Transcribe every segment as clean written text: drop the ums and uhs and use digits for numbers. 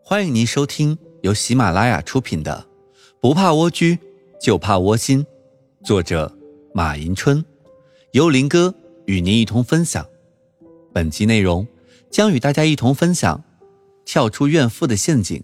欢迎您收听由喜马拉雅出品的不怕蜗居就怕窝心，作者马迎春，由林哥与您一同分享。本集内容将与大家一同分享跳出怨妇的陷阱。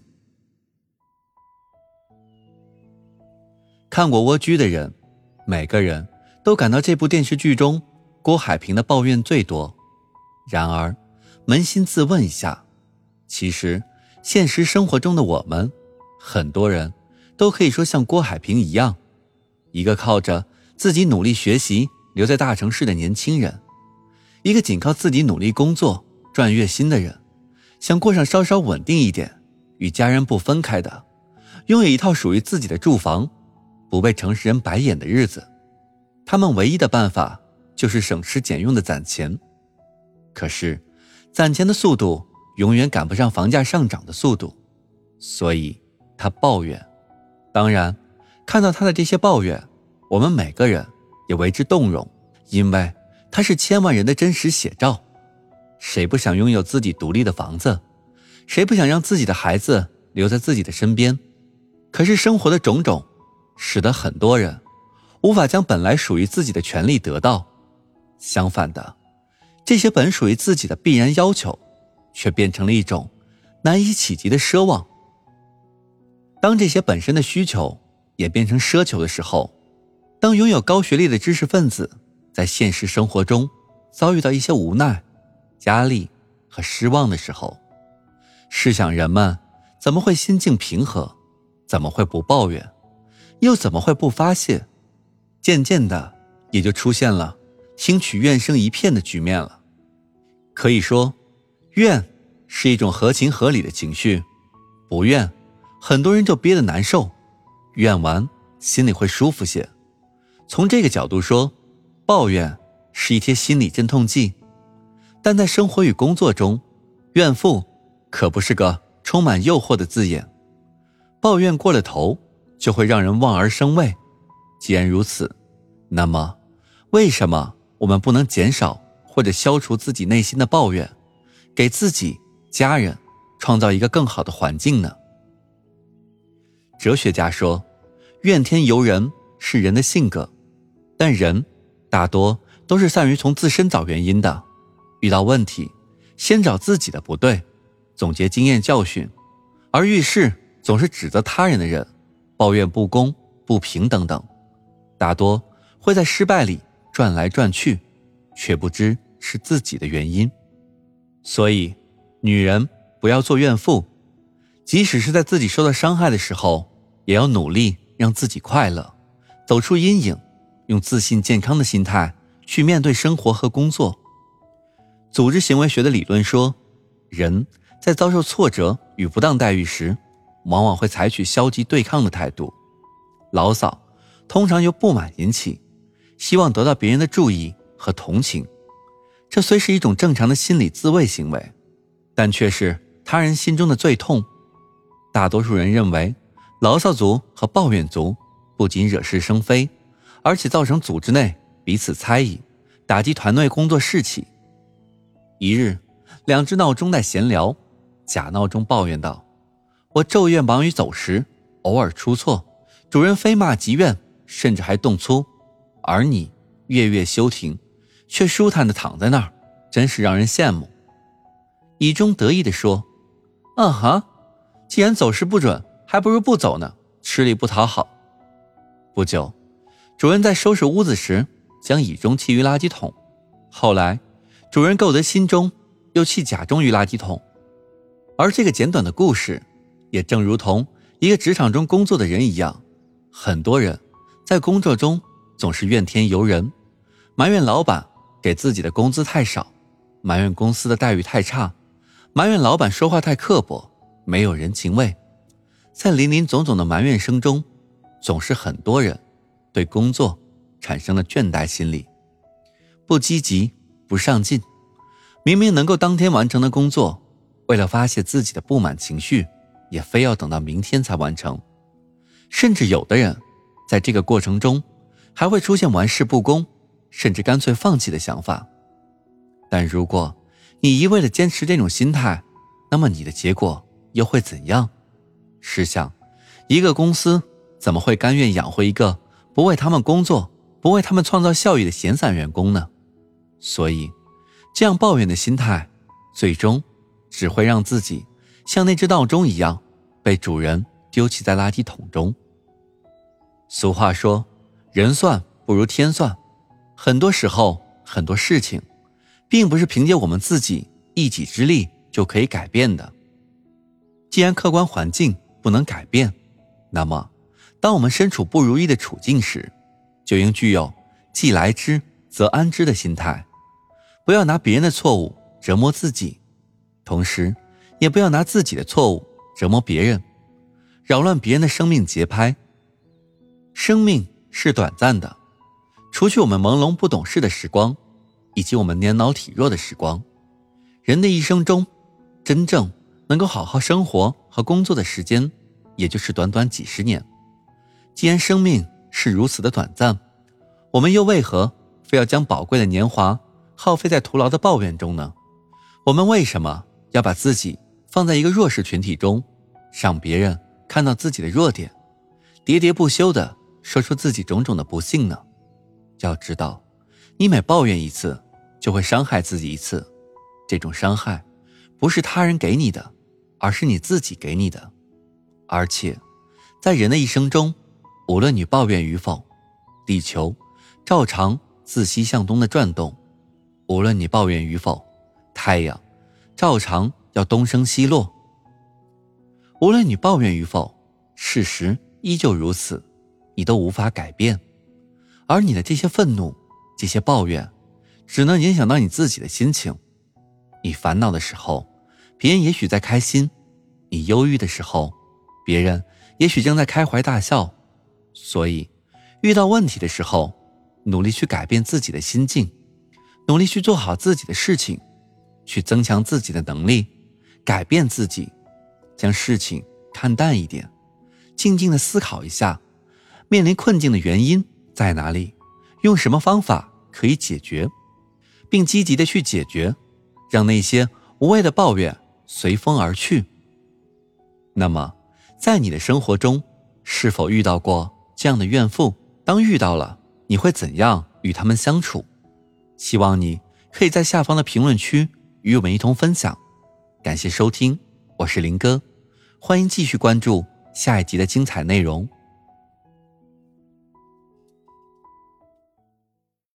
看过蜗居的人，每个人都感到这部电视剧中郭海平的抱怨最多。然而扪心自问一下，其实现实生活中的我们，很多人都可以说像郭海平一样，一个靠着自己努力学习留在大城市的年轻人，一个仅靠自己努力工作赚月薪的人，想过上稍稍稳定一点，与家人不分开的，拥有一套属于自己的住房，不被城市人白眼的日子。他们唯一的办法就是省吃俭用的攒钱。可是攒钱的速度永远赶不上房价上涨的速度，所以他抱怨。当然，看到他的这些抱怨，我们每个人也为之动容，因为他是千万人的真实写照。谁不想拥有自己独立的房子？谁不想让自己的孩子留在自己的身边？可是生活的种种使得很多人无法将本来属于自己的权利得到，相反的，这些本属于自己的必然要求却变成了一种难以企及的奢望。当这些本身的需求也变成奢求的时候，当拥有高学历的知识分子在现实生活中遭遇到一些无奈、压力和失望的时候，试想人们怎么会心境平和，怎么会不抱怨，又怎么会不发泄？渐渐的也就出现了听取怨声一片的局面了。可以说，怨是一种合情合理的情绪，不怨很多人就憋得难受，怨完心里会舒服些。从这个角度说，抱怨是一贴心理镇痛剂。但在生活与工作中，怨妇可不是个充满诱惑的字眼，抱怨过了头就会让人望而生畏。既然如此，那么为什么我们不能减少或者消除自己内心的抱怨，给自己、家人创造一个更好的环境呢？哲学家说，怨天尤人是人的性格，但人大多都是善于从自身找原因的。遇到问题，先找自己的不对，总结经验教训，而遇事总是指责他人的人，抱怨不公、不平等等，大多会在失败里转来转去，却不知是自己的原因。所以女人不要做怨妇，即使是在自己受到伤害的时候，也要努力让自己快乐，走出阴影，用自信健康的心态去面对生活和工作。组织行为学的理论说，人在遭受挫折与不当待遇时，往往会采取消极对抗的态度。牢骚通常由不满引起，希望得到别人的注意和同情。这虽是一种正常的心理自卫行为，但却是他人心中的最痛。大多数人认为，牢骚族和抱怨族不仅惹是生非，而且造成组织内彼此猜疑，打击团队工作士气。一日，两只闹钟在闲聊，甲闹钟抱怨道：我昼夜忙于走时，偶尔出错，主人非骂即怨，甚至还动粗，而你月月休庭，却舒坦地躺在那儿，真是让人羡慕。乙中得意地说：既然走时不准，还不如不走呢，吃力不讨好。不久，主人在收拾屋子时将乙中弃于垃圾桶，后来主人购得心中又弃甲中于垃圾桶。而这个简短的故事也正如同一个职场中工作的人一样，很多人在工作中总是怨天尤人，埋怨老板给自己的工资太少，埋怨公司的待遇太差，埋怨老板说话太刻薄，没有人情味。在林林总总的埋怨声中，总是很多人对工作产生了倦怠心理，不积极，不上进。明明能够当天完成的工作，为了发泄自己的不满情绪，也非要等到明天才完成。甚至有的人在这个过程中还会出现玩世不恭，甚至干脆放弃的想法。但如果你一味地坚持这种心态，那么你的结果又会怎样？试想，一个公司怎么会甘愿养活一个不为他们工作、不为他们创造效益的闲散员工呢？所以，这样抱怨的心态，最终只会让自己像那只闹钟一样，被主人丢弃在垃圾桶中。俗话说，人算不如天算，很多时候，很多事情，并不是凭借我们自己一己之力就可以改变的。既然客观环境不能改变，那么，当我们身处不如意的处境时，就应具有既来之则安之的心态，不要拿别人的错误折磨自己，同时也不要拿自己的错误折磨别人，扰乱别人的生命节拍。生命是短暂的，除去我们朦胧不懂事的时光，以及我们年老体弱的时光，人的一生中，真正能够好好生活和工作的时间，也就是短短几十年。既然生命是如此的短暂，我们又为何非要将宝贵的年华耗费在徒劳的抱怨中呢？我们为什么要把自己放在一个弱势群体中，让别人看到自己的弱点，喋喋不休地说出自己种种的不幸呢？要知道，你每抱怨一次，就会伤害自己一次。这种伤害不是他人给你的，而是你自己给你的。而且，在人的一生中，无论你抱怨与否，地球照常自西向东的转动；无论你抱怨与否，太阳照常要东升西落；无论你抱怨与否，事实依旧如此，你都无法改变。而你的这些愤怒，这些抱怨，只能影响到你自己的心情。你烦恼的时候，别人也许在开心；你忧郁的时候，别人也许正在开怀大笑。所以，遇到问题的时候，努力去改变自己的心境，努力去做好自己的事情，去增强自己的能力，改变自己，将事情看淡一点，静静地思考一下，面临困境的原因在哪里，用什么方法可以解决，并积极地去解决，让那些无谓的抱怨随风而去。那么，在你的生活中，是否遇到过这样的怨妇？当遇到了，你会怎样与他们相处？希望你可以在下方的评论区与我们一同分享。感谢收听，我是林哥，欢迎继续关注下一集的精彩内容。